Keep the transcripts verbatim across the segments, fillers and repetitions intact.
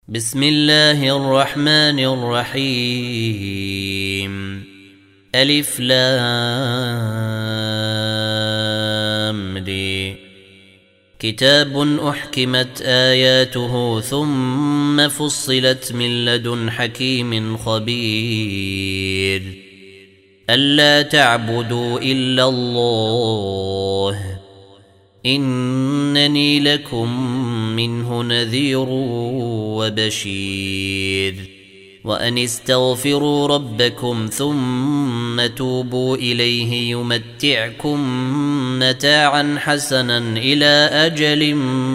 بسم الله الرحمن الرحيم. ألف لام دي. كتاب أحكمت آياته ثم فصلت من لدن حكيم خبير. ألا تعبدوا إلا الله إنني لكم منه نذير وبشير. وأن استغفروا ربكم ثم توبوا إليه يمتعكم متاعا حسنا إلى أجل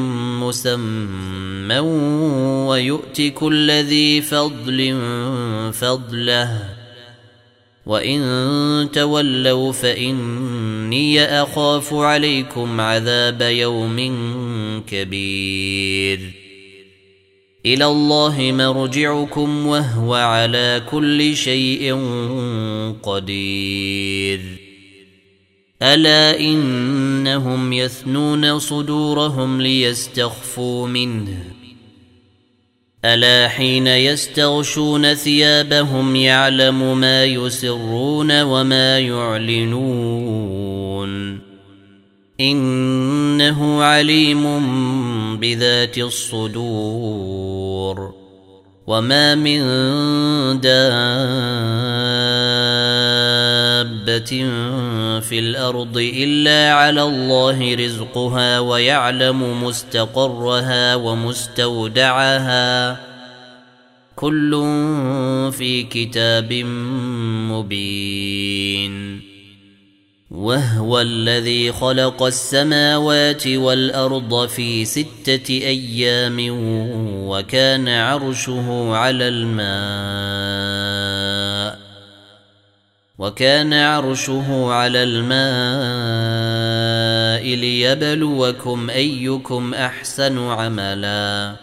مسمى ويؤت كل ذي فضل فضله وإن تولوا فإني أخاف عليكم عذاب يوم كبير. إلى الله مرجعكم وهو على كل شيء قدير. ألا إنهم يثنون صدورهم ليستخفوا منه ألا حين يستغشون ثيابهم يعلم ما يسرون وما يعلنون إنه عليم بذات الصدور. وما من دابة في الأرض إلا على الله رزقها ويعلم مستقرها ومستودعها كل في كتاب مبين. وهو الذي خلق السماوات والأرض في ستة أيام وكان عرشه على الماء وكان عرشه على الماء ليبلوكم أيكم أحسن عملا.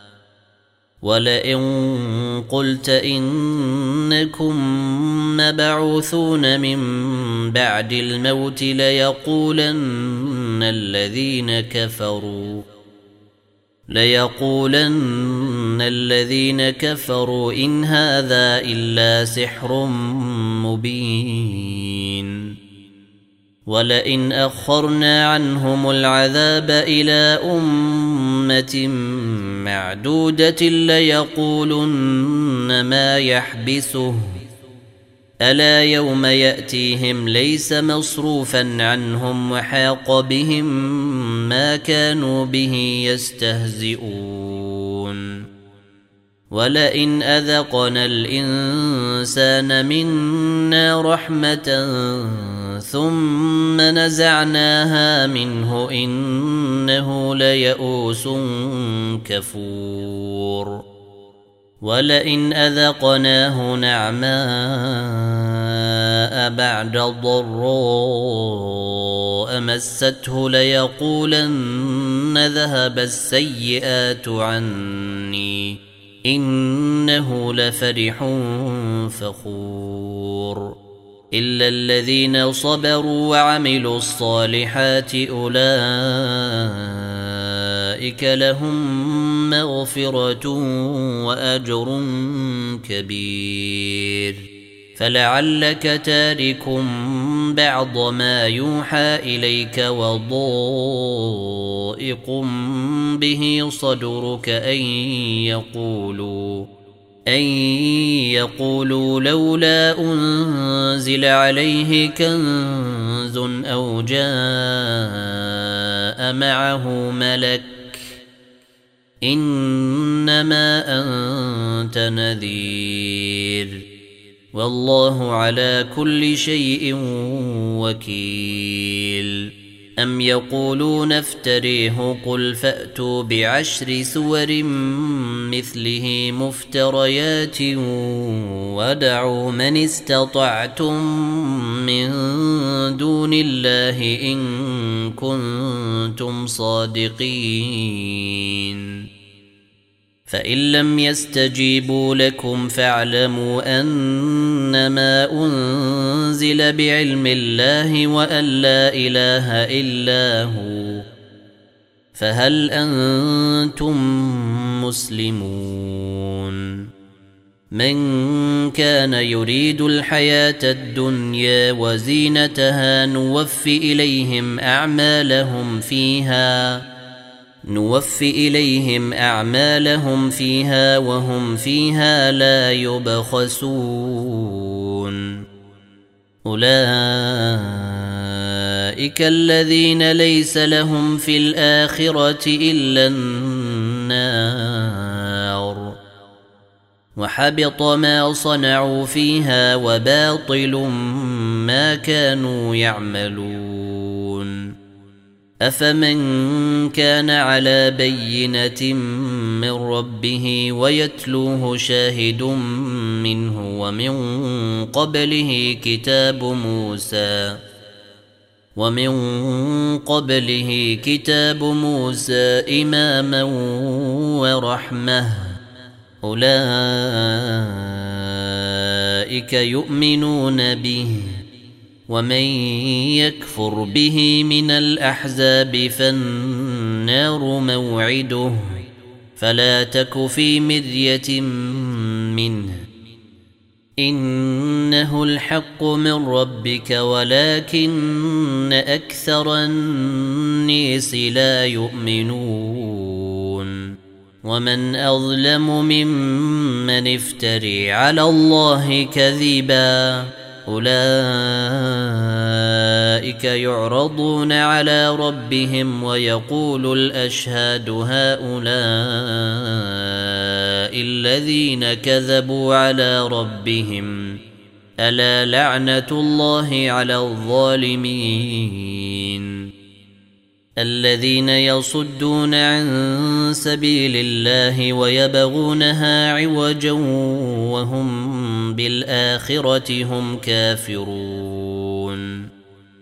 ولئن قلت إنكم مبعوثون من بعد الموت ليقولن الذين كفروا ليقولن الذين كفروا إن هذا إلا سحر مبين. ولئن أخرنا عنهم العذاب إلى أمة معدودة ليقولن ما يحبسه ألا يوم يأتيهم ليس مصروفا عنهم وحاق بهم ما كانوا به يستهزئون. ولئن أذقنا الإنسان منا رحمة ثم نزعناها منه إنه ليئوس كفور. ولئن أذقناه نعماء بعد ضراء مسته ليقولن ذهب السيئات عني إنه لفرح فخور. إلا الذين صبروا وعملوا الصالحات أولئك لهم مغفرة وأجر كبير. فلعلك تارك بعض ما يوحى إليك وضائق به صدرك أن يقولوا أن يقولوا لولا أنزل عليه كنز أو جاء معه ملك إنما أنت نذير والله على كل شيء وكيل. أم يقولون افتريه قل فأتوا بعشر سور مثله مفتريات ودعوا من استطعتم من دون الله إن كنتم صادقين. فإن لم يستجيبوا لكم فاعلموا أنما أنزل بعلم الله وأن لا إله إلا هو فهل أنتم مسلمون من كان يريد الحياة الدنيا وزينتها نوف إليهم أعمالهم فيها نوف إليهم أعمالهم فيها وهم فيها لا يبخسون أولئك الذين ليس لهم في الآخرة إلا النار وحبط ما صنعوا فيها وباطل ما كانوا يعملون أفمن كان على بينة من ربه ويتلوه شاهد منه ومن قبله كتاب موسى ومن قبله كتاب موسى إماما ورحمة أولئك يؤمنون به ومن يكفر به من الأحزاب فالنار موعده فلا تك في مرية منه إنه الحق من ربك ولكن أكثر الناس لا يؤمنون ومن أظلم ممن افتري على الله كذبا أولئك يعرضون على ربهم ويقول الأشهاد هؤلاء الذين كذبوا على ربهم ألا لعنة الله على الظالمين الذين يصدون عن سبيل الله ويبغونها عوجا وهم بالآخرة هم كافرون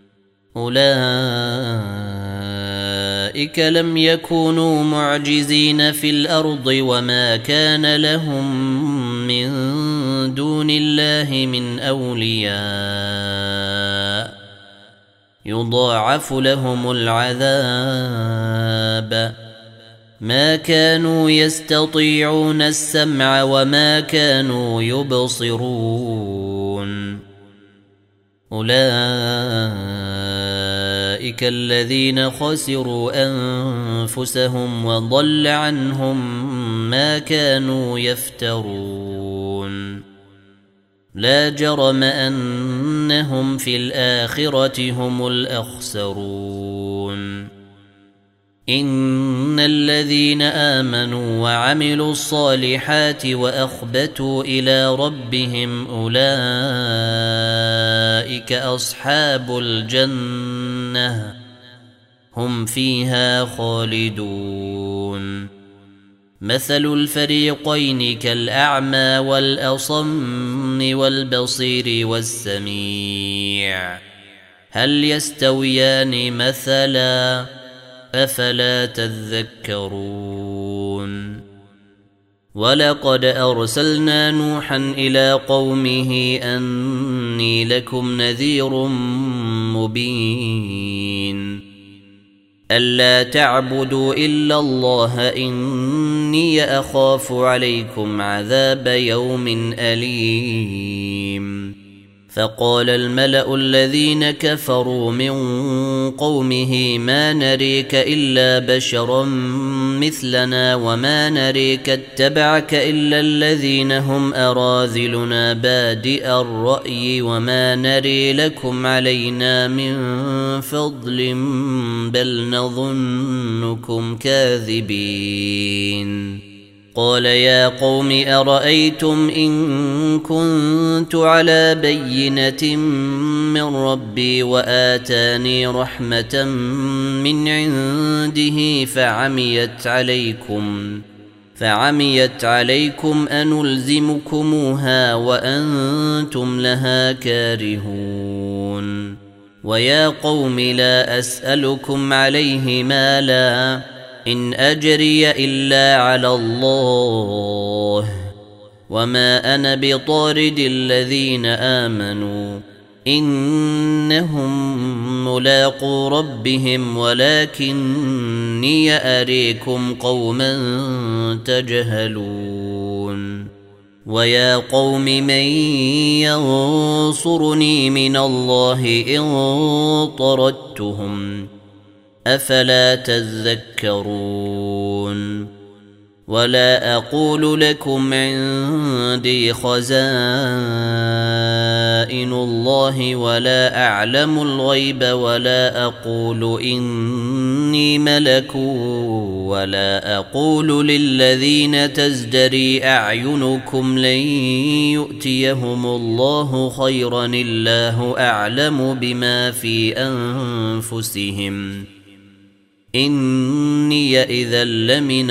أولئك لم يكونوا معجزين في الأرض وما كان لهم من دون الله من أولياء يضاعف لهم العذاب ما كانوا يستطيعون السمع وما كانوا يبصرون أولئك الذين خسروا أنفسهم وضل عنهم ما كانوا يفترون لا جرم أنهم في الآخرة هم الأخسرون إن الذين آمنوا وعملوا الصالحات وأخبتوا إلى ربهم أولئك أصحاب الجنة هم فيها خالدون مثل الفريقين كالأعمى والأصم والبصير والسميع هل يستويان مثلا أفلا تذكرون ولقد أرسلنا نوحا إلى قومه أني لكم نذير مبين ألا تعبدوا إلا الله إني أخاف عليكم عذاب يوم أليم فقال الملأ الذين كفروا من قومه ما نريك إلا بشرا مثلنا وما نريك اتبعك إلا الذين هم أراذلنا بادئ الرأي وما نري لكم علينا من فضل بل نظنكم كاذبين قال يا قوم أرأيتم إن كنت على بينة من ربي وآتاني رحمة من عنده فعميت عليكم فعميت عليكم أنلزمكموها وأنتم لها كارهون ويا قوم لا أسألكم عليه مالا إن أجري إلا على الله وما أنا بطارد الذين آمنوا إنهم ملاقو ربهم ولكني أريكم قوما تجهلون ويا قوم من ينصرني من الله إن طردتهم أفلا تذكرون ولا أقول لكم عندي خزائن الله ولا أعلم الغيب ولا أقول إني ملك ولا أقول للذين تزدري أعينكم لن يؤتيهم الله خيرا الله أعلم بما في أنفسهم إني إذا لمن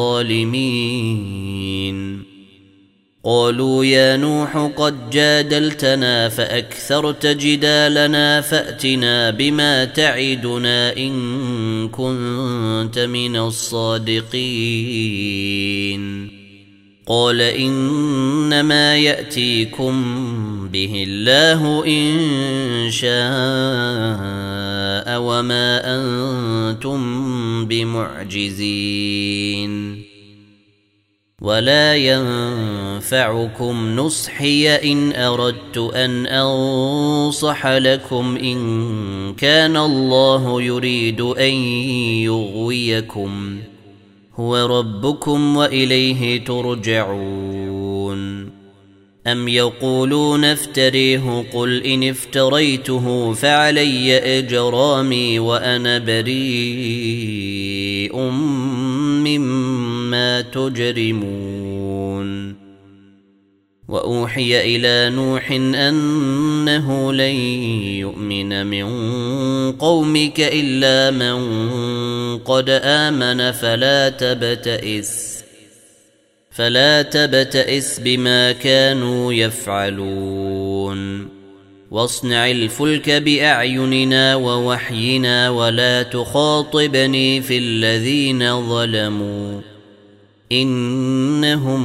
الظالمين قالوا يا نوح قد جادلتنا فأكثرت جدالنا فأتنا بما تعدنا إن كنت من الصادقين قال إنما يأتيكم به الله إن شاء وما أنتم بمعجزين ولا ينفعكم نصحي إن أردت أن أنصح لكم إن كان الله يريد أن يغويكم هو ربكم وإليه ترجعون أم يقولون افتريه قل إن افتريته فعلي إجرامي وأنا بريء مما تجرمون وأوحي إلى نوح أنه لن يؤمن من قومك إلا من قد آمن فلا تبتئس فلا تبتئس بما كانوا يفعلون واصنع الفلك بأعيننا ووحينا ولا تخاطبني في الذين ظلموا إنهم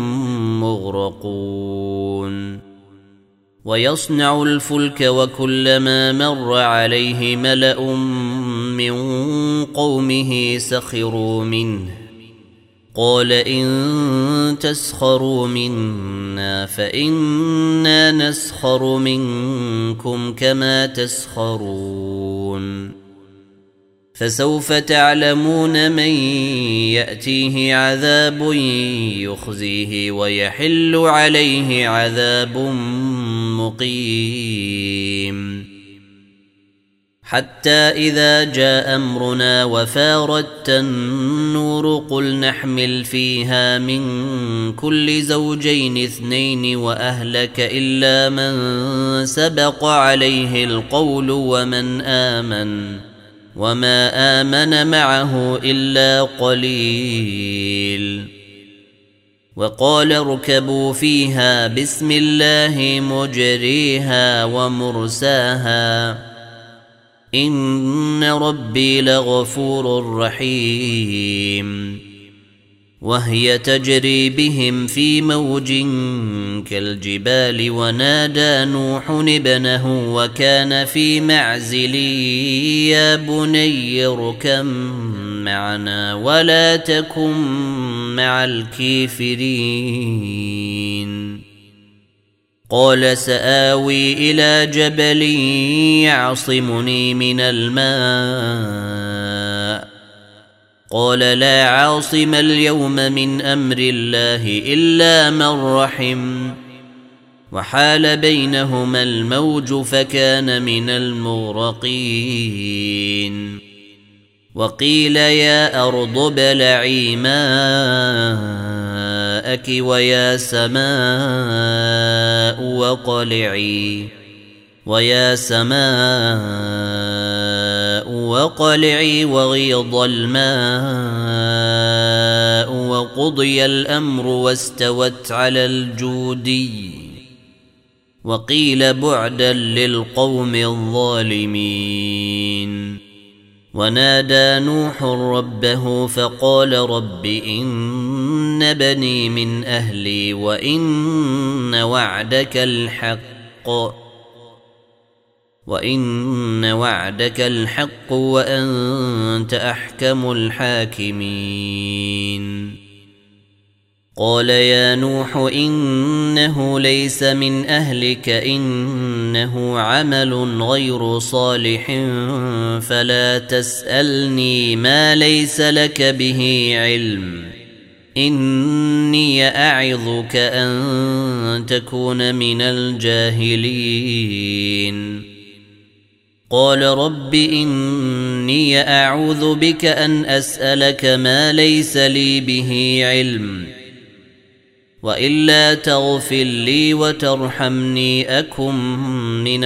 مغرقون ويصنع الفلك وكلما مر عليه ملأ من قومه سخروا منه قال إن تسخروا منا فإنا نسخر منكم كما تسخرون فسوف تعلمون من يأتيه عذاب يخزيه ويحل عليه عذاب مقيم حتى إذا جاء أمرنا وفارت النور قل نحمل فيها من كل زوجين اثنين وأهلك إلا من سبق عليه القول ومن آمن وما آمن معه إلا قليل وقال اركبوا فيها بسم الله مجريها ومرساها إن ربي لغفور رحيم وهي تجري بهم في موج كالجبال ونادى نوح ابنه وكان في معزل يا بني اركب معنا ولا تكن مع الكافرين قال سآوي إلى جبل يعصمني من الماء قال لا عاصم اليوم من أمر الله إلا من رحم وحال بينهما الموج فكان من المغرقين وقيل يا أرض ابلعي ماءك ويا سماء وقلعي ويا سماء وقلعي وغيض الماء وقضي الأمر واستوت على الجودي وقيل بعدا للقوم الظالمين ونادى نوح ربه فقال رب إن بني من أهلي وإن وعدك الحق وإن وعدك الحق وأنت أحكم الحاكمين قال يا نوح إنه ليس من أهلك إنه عمل غير صالح فلا تسألني ما ليس لك به علم إني أعظك أن تكون من الجاهلين قال رب إني أعوذ بك أن أسألك ما ليس لي به علم وإلا تغفر لي وترحمني أكن من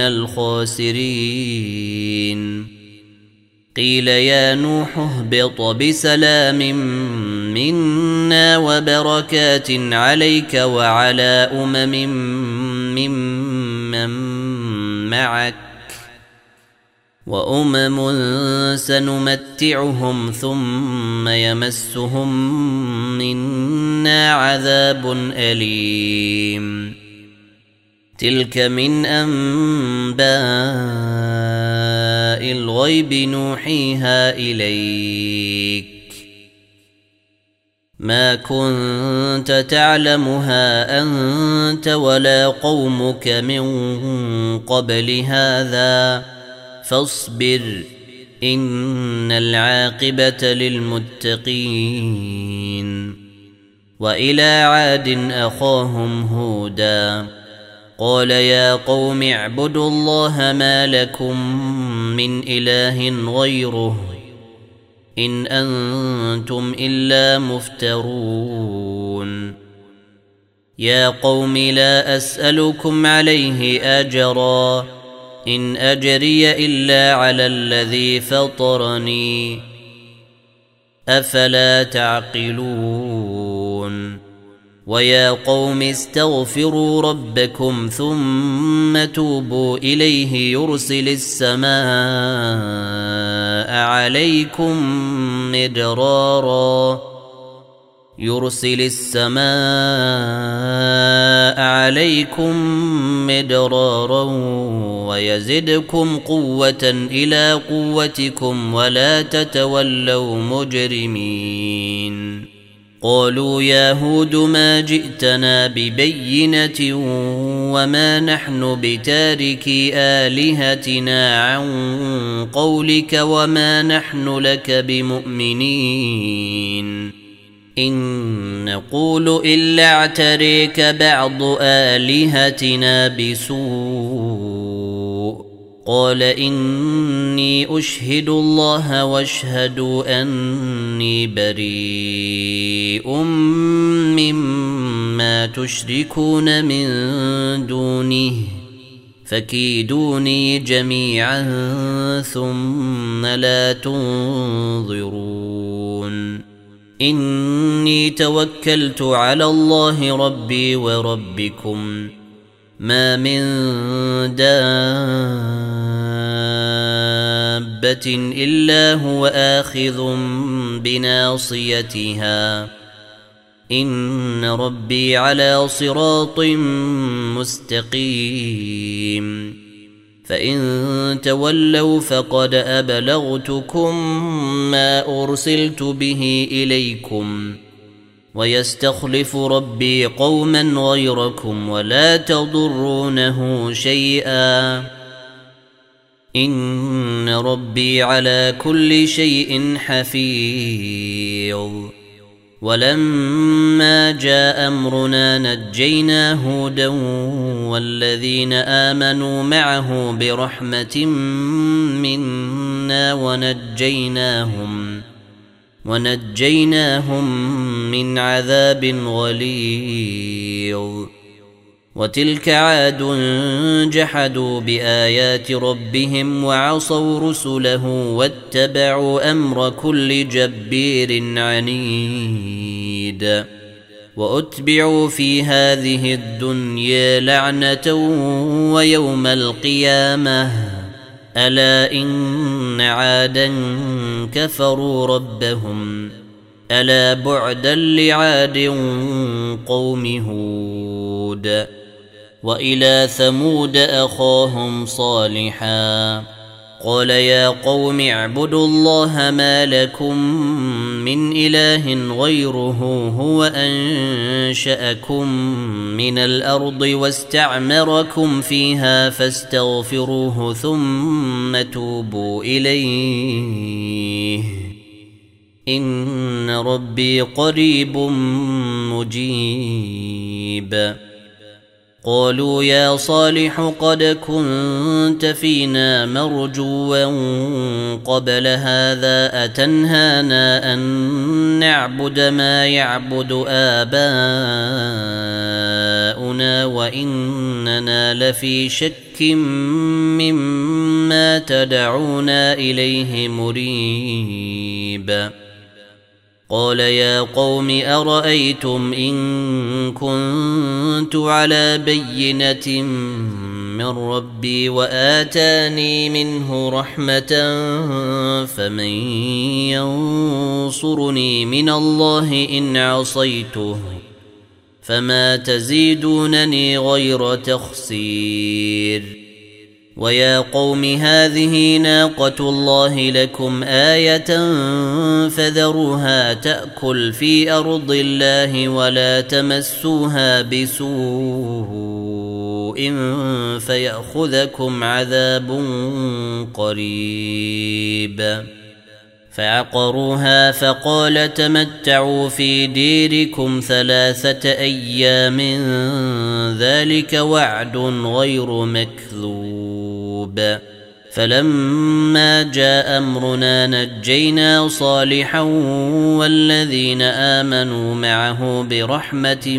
الخاسرين قيل يا نوح اهبط بسلام منا وبركات عليك وعلى أمم ممن معك وأمم سنمتعهم ثم يمسهم منا عذاب أليم تلك من أنباء الغيب نوحيها إليك ما كنت تعلمها أنت ولا قومك من قبل هذا فاصبر إن العاقبة للمتقين وإلى عاد أخاهم هودا قال يا قوم اعبدوا الله ما لكم من إله غيره إن أنتم إلا مفترون يا قوم لا أسألكم عليه أجرا إن أجري إلا على الذي فطرني أفلا تعقلون ويا قوم استغفروا ربكم ثم توبوا إليه يرسل السماء عليكم مدرارا يرسل السماء عليكم مدرارا ويزدكم قوة إلى قوتكم ولا تتولوا مجرمين قالوا يا هود ما جئتنا ببينة وما نحن بتاركي آلهتنا عن قولك وما نحن لك بمؤمنين إن نقول إلا اعتريك بعض آلهتنا بسوء قال إني أشهد الله واشهدوا أني بريء مما تشركون من دونه فكيدوني جميعا ثم لا تنظرون إني توكلت على الله ربي وربكم ما من دابة إلا هو آخذ بناصيتها إن ربي على صراط مستقيم فإن تولوا فقد أبلغتكم ما أرسلت به إليكم ويستخلف ربي قوما غيركم ولا تضرونه شيئا إن ربي على كل شيء حفيظ ولما جاء أمرنا نجينا هودا والذين آمنوا معه برحمة منا ونجيناهم ونجيناهم من عذاب غليظ وتلك عاد جحدوا بآيات ربهم وعصوا رسله واتبعوا أمر كل جبير عنيد وأتبعوا في هذه الدنيا لعنة ويوم القيامة ألا إن عادا كفروا ربهم ألا بعدا لعاد قوم هود وإلى ثمود أخاهم صالحا قال يا قوم اعبدوا الله ما لكم من إله غيره هو أنشأكم من الأرض واستعمركم فيها فاستغفروه ثم توبوا إليه إن ربي قريب مجيب قالوا يا صالح قد كنت فينا مرجوا قبل هذا أتنهانا أن نعبد ما يعبد آباؤنا وإننا لفي شك مما تدعونا إليه مريب قال يا قوم أرأيتم إن كنت على بينة من ربي وآتاني منه رحمة فمن ينصرني من الله إن عصيته فما تزيدونني غير تخسير ويا قوم هذه ناقة الله لكم آية فذروها تأكل في أرض الله ولا تمسوها بسوء فيأخذكم عذاب قريب فعقروها فقال تمتعوا في ديركم ثلاثة أيام ذلك وعد غير مكذوب فلما جاء أمرنا نجينا صالحا والذين آمنوا معه برحمة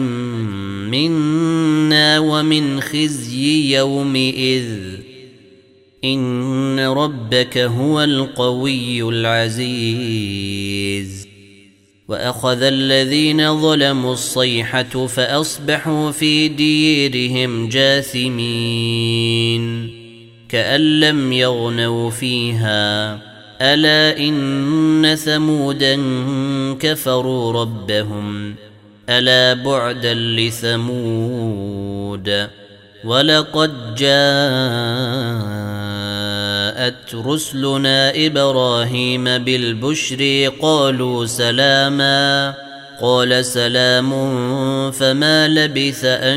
منا ومن خزي يومئذ إن ربك هو القوي العزيز وأخذ الذين ظلموا الصيحة فأصبحوا في ديرهم جاثمين كأن لم يغنوا فيها ألا إن ثمودا كفروا ربهم ألا بعدا لثمود ولقد جاءت رسلنا إبراهيم بالبشر قالوا سلاما قال سلام فما لبث أن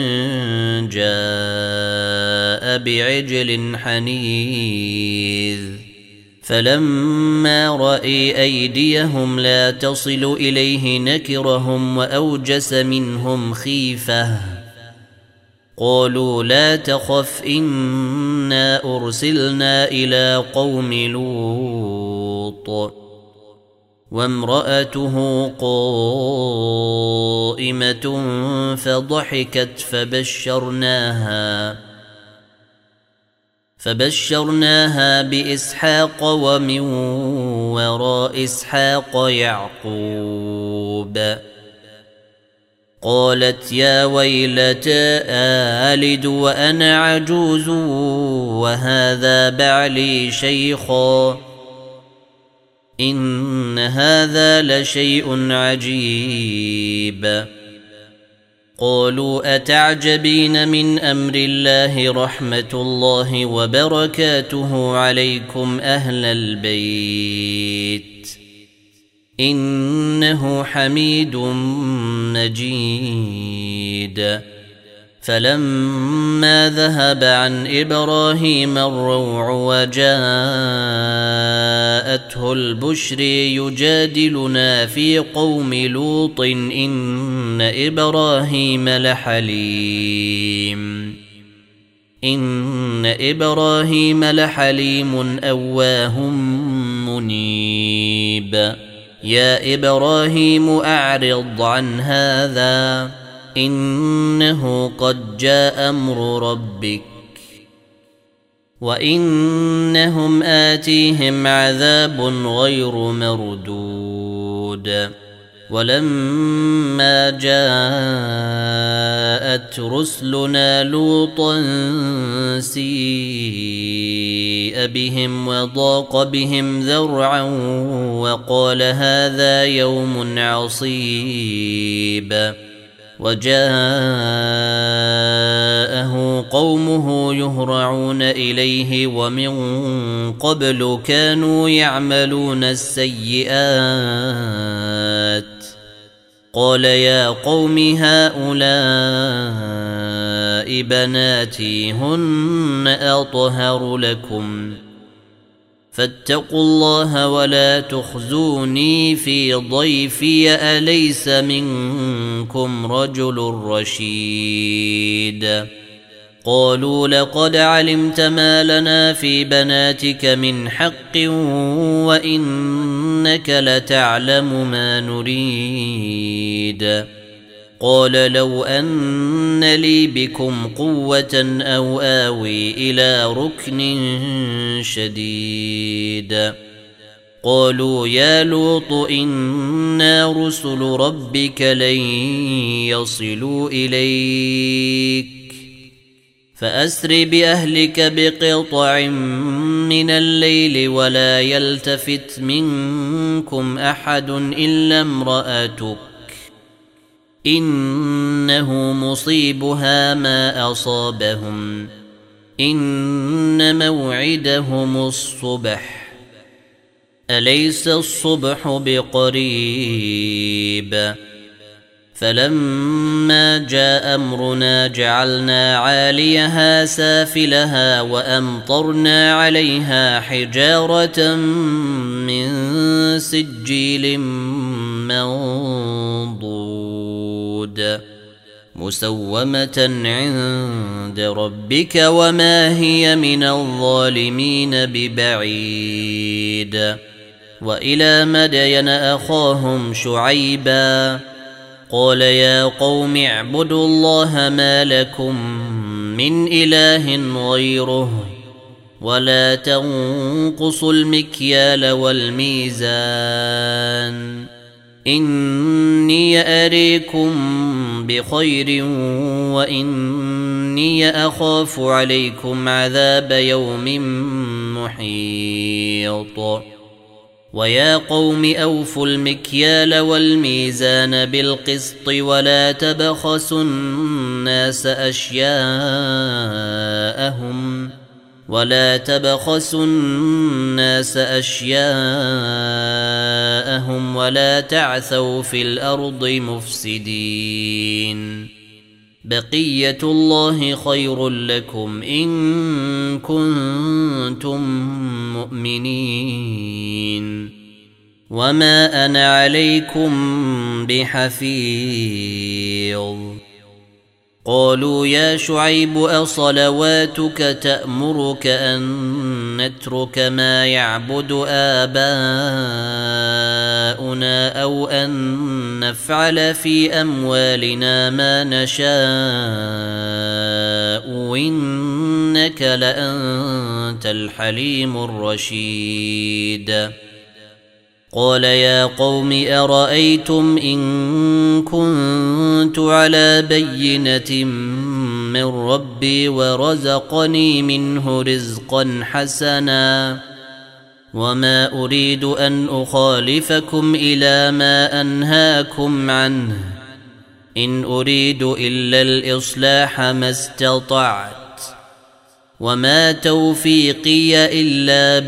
جاء بعجل حنيذ فلما رأي أيديهم لا تصل إليه نكرهم وأوجس منهم خيفة قالوا لا تخف إنا أرسلنا إلى قوم لوط وامرأته قائمة فضحكت فبشرناها فبشرناها بإسحاق ومن وراء إسحاق يعقوب قالت يا ويلتى آلد وأنا عجوز وهذا بعلي شيخا إن هذا لشيء عجيب قالوا أتعجبين من أمر الله رحمة الله وبركاته عليكم أهل البيت إنه حميد مجيد فلما ذهب عن إبراهيم الروع وجاءته البشر يجادلنا في قوم لوط إن إبراهيم لحليم إن إبراهيم لحليم أواه منيب يا إبراهيم أعرض عن هذا إنه قد جاء أمر ربك وإنهم آتيهم عذاب غير مردود ولما جاءت رسلنا لوطا سيء بهم وضاق بهم ذرعا وقال هذا يوم عصيب وجاء جاءه قومه يهرعون إليه ومن قبل كانوا يعملون السيئات قال يا قوم هؤلاء بناتي هن أطهر لكم فاتقوا الله ولا تخزوني في ضيفي أليس منكم رجل رشيد قالوا لقد علمت ما لنا في بناتك من حق وإنك لتعلم ما نريد قال لو أن لي بكم قوة أو آوي إلى ركن شديد قالوا يا لوط إنا رسل ربك لن يصلوا إليك فأسر بأهلك بقطع من الليل ولا يلتفت منكم أحد إلا امرأتك إنه مصيبها ما أصابهم إن موعدهم الصبح أليس الصبح بقريب فلما جاء أمرنا جعلنا عاليها سافلها وأمطرنا عليها حجارة من سجيل منضود مسومة عند ربك وما هي من الظالمين ببعيد وإلى مدين أخاهم شعيبا قال يا قوم اعبدوا الله ما لكم من إله غيره ولا تنقصوا المكيال والميزان إني أريكم بخير وإني أخاف عليكم عذاب يوم محيط ويا قوم أوفوا المكيال والميزان بالقسط ولا تبخسوا الناس أشياءهم ولا تبخسوا الناس أشياءهم ولا تعثوا في الأرض مفسدين بقية الله خير لكم إن كنتم مؤمنين وما أنا عليكم بحفيظ قالوا يا شعيب أصلواتك تأمرك أن نترك ما يعبد آباؤنا أو أن نفعل في أموالنا ما نشاء إنك لأنت الحليم الرشيد قال يا قوم أرأيتم إن كنت على بينة من ربي ورزقني منه رزقا حسنا وما أريد أن أخالفكم إلى ما أنهاكم عنه إن أريد إلا الإصلاح ما استطعت وما توفيقي إلا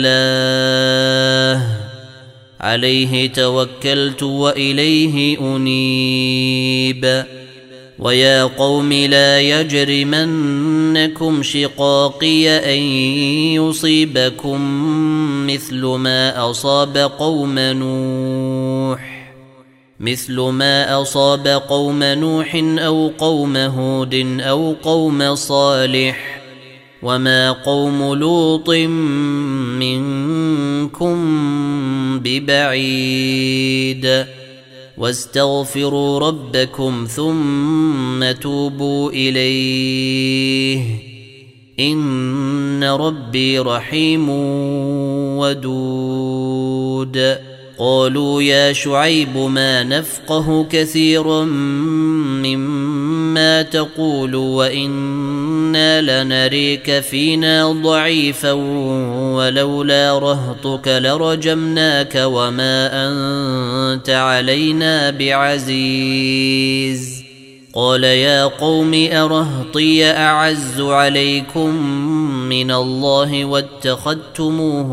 بالله عليه توكلت وإليه أنيب ويا قوم لا يجرمنكم شقاقي أن يصيبكم مثل ما أصاب قوم نوح مثل ما أصاب قوم نوح أو قوم هود أو قوم صالح وما قوم لوط منكم ببعيد واستغفروا ربكم ثم توبوا إليه إن ربي رحيم ودود قالوا يا شعيب ما نفقه كثيرا مما تقول وإنا لنريك فينا ضعيفا ولولا رهطك لرجمناك وما أنت علينا بعزيز قال يا قوم أرهطي أعز عليكم من الله واتخذتموه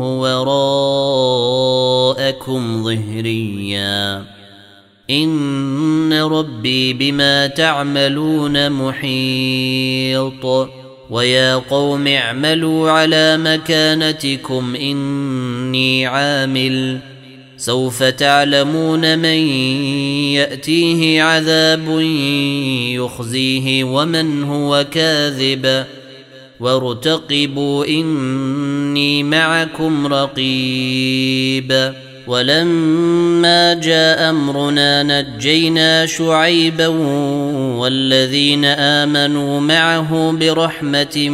وراءكم ظهريا إن ربي بما تعملون محيط ويا قوم اعملوا على مكانتكم إني عامل سوف تعلمون من يأتيه عذاب يخزيه ومن هو كاذب وارتقبوا إني معكم رقيب ولما جاء أمرنا نجينا شعيبا والذين آمنوا معه برحمة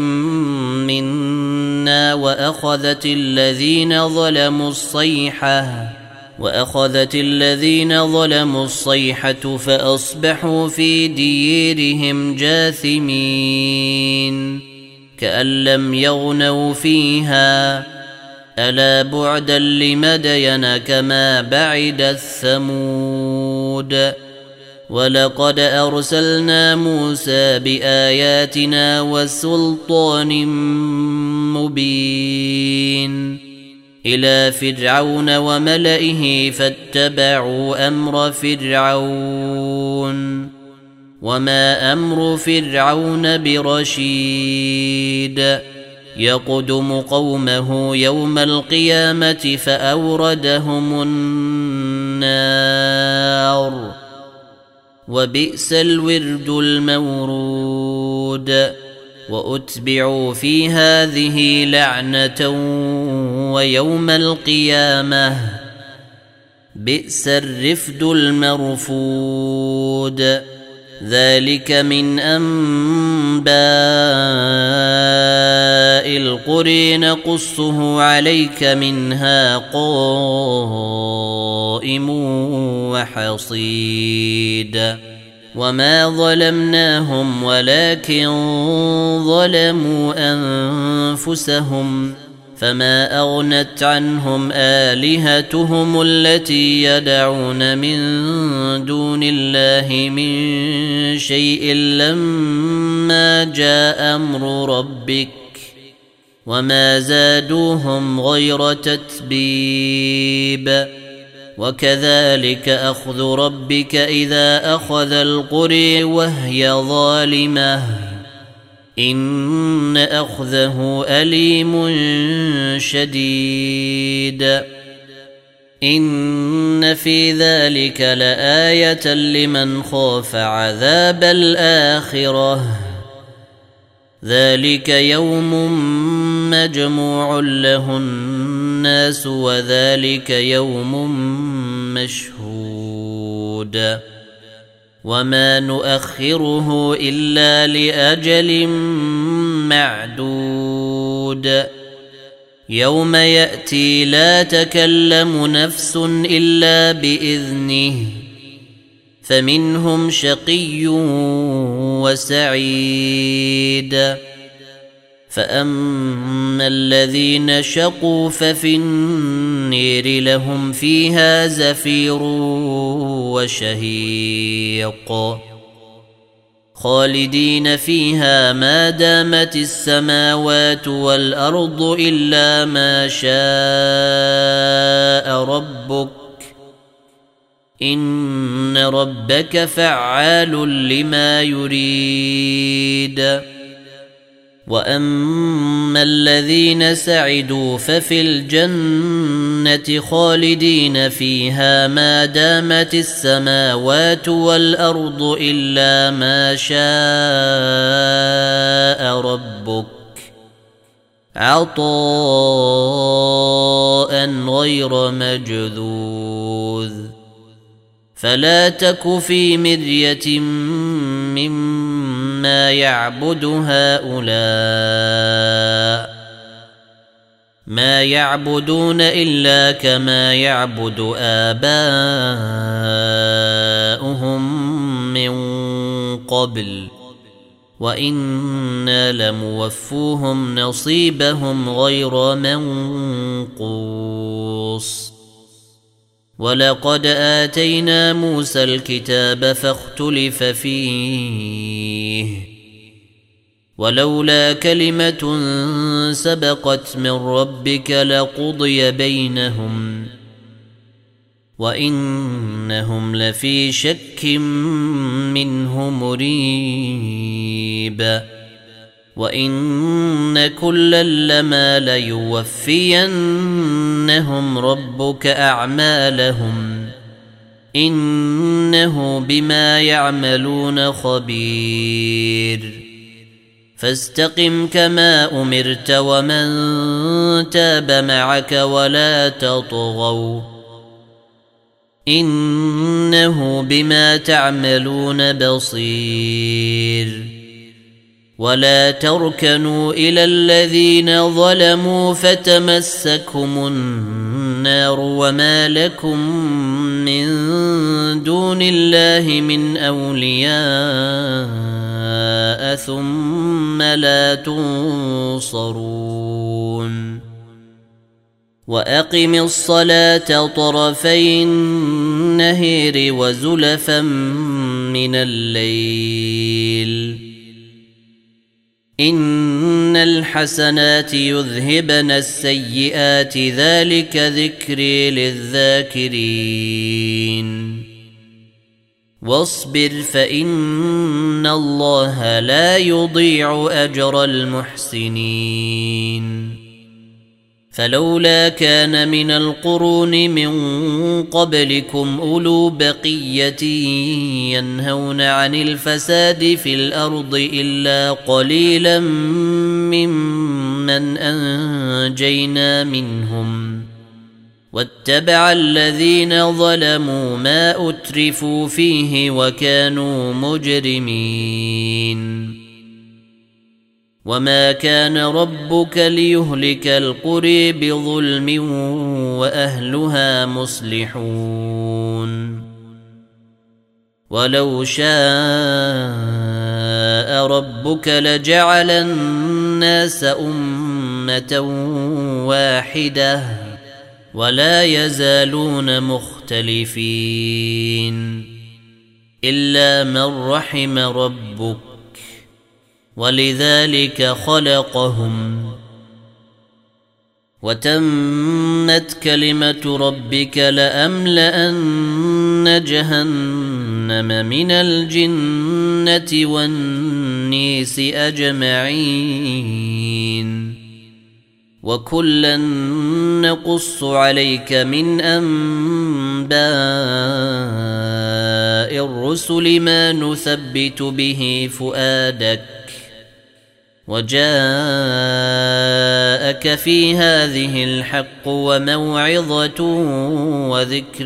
منا وأخذت الذين ظلموا الصيحة وأخذت الذين ظلموا الصيحة فأصبحوا في ديرهم جاثمين كأن لم يغنوا فيها ألا بعدا لمدين كما بعد الثمود ولقد أرسلنا موسى بآياتنا وسلطان مبين إلى فرعون وملئه فاتبعوا أمر فرعون وما أمر فرعون برشيد يقدم قومه يوم القيامة فأوردهم النار وبئس الورد المورود وأتبعوا في هذه لعنة ويوم القيامة بئس الرفد المرفود ذلك من أنباء القرى نقصه عليك منها قائم وحصيد وما ظلمناهم ولكن ظلموا أنفسهم فما أغنت عنهم آلهتهم التي يدعون من دون الله من شيء لما جاء أمر ربك وما زادوهم غير تتبيب وكذلك أخذ ربك إذا أخذ القرى وهي ظالمة إن أخذه أليم شديد إن في ذلك لآية لمن خاف عذاب الآخرة ذلك يوم مجموع له الناس وذلك يوم مشهود وما نؤخره إلا لأجل معدود يوم يأتي لا تكلم نفس إلا بإذنه فمنهم شقي وسعيد فأما الذين شقوا ففي النير لهم فيها زفير وشهيق خالدين فيها ما دامت السماوات والأرض إلا ما شاء ربك إن ربك فعال لما يريد وأما الذين سعدوا ففي الجنة خالدين فيها ما دامت السماوات والأرض إلا ما شاء ربك عطاء غير مجذوذ فلا تك في مرية مما يعبد هؤلاء ما يعبدون إلا كما يعبد آباؤهم من قبل وإنا لموفوهم نصيبهم غير منقوص ولقد آتينا موسى الكتاب فاختلف فيه ولولا كلمة سبقت من ربك لقضي بينهم وإنهم لفي شك منه مريب وإن كلا لما ليوفينهم ربك أعمالهم إنه بما يعملون خبير فاستقم كما أمرت ومن تاب معك ولا تطغوا إنه بما تعملون بصير ولا تركنوا إلى الذين ظلموا فتمسكهم النار وما لكم من دون الله من أولياء ثم لا تنصرون وأقم الصلاة طرفي النهر وزلفا من الليل إن الحسنات يذهبن السيئات ذلك ذكري للذاكرين واصبر فإن الله لا يضيع أجر المحسنين فلولا كان من القرون من قبلكم أولو بقية ينهون عن الفساد في الأرض إلا قليلا ممن أنجينا منهم واتبع الذين ظلموا ما أترفوا فيه وكانوا مجرمين وما كان ربك ليهلك القرى بظلم وأهلها مصلحون ولو شاء ربك لجعل الناس أمة واحدة ولا يزالون مختلفين إلا من رحم ربك ولذلك خلقهم وتمت كلمة ربك لأملأن جهنم من الجنة والنيس أجمعين وكلا نقص عليك من أنباء الرسل ما نثبت به فؤادك وجاءك في هذه الحق وموعظة وذكر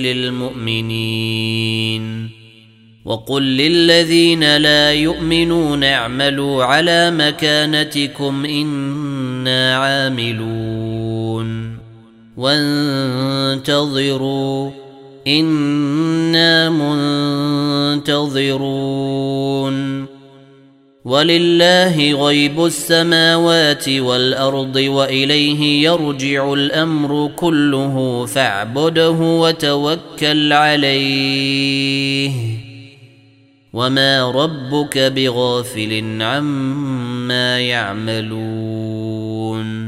للمؤمنين وقل للذين لا يؤمنون اعملوا على مكانتكم إنا عاملون وانتظروا إنا منتظرون ولله غيب السماوات والأرض وإليه يرجع الأمر كله فاعبده وتوكل عليه وما ربك بغافل عما يعملون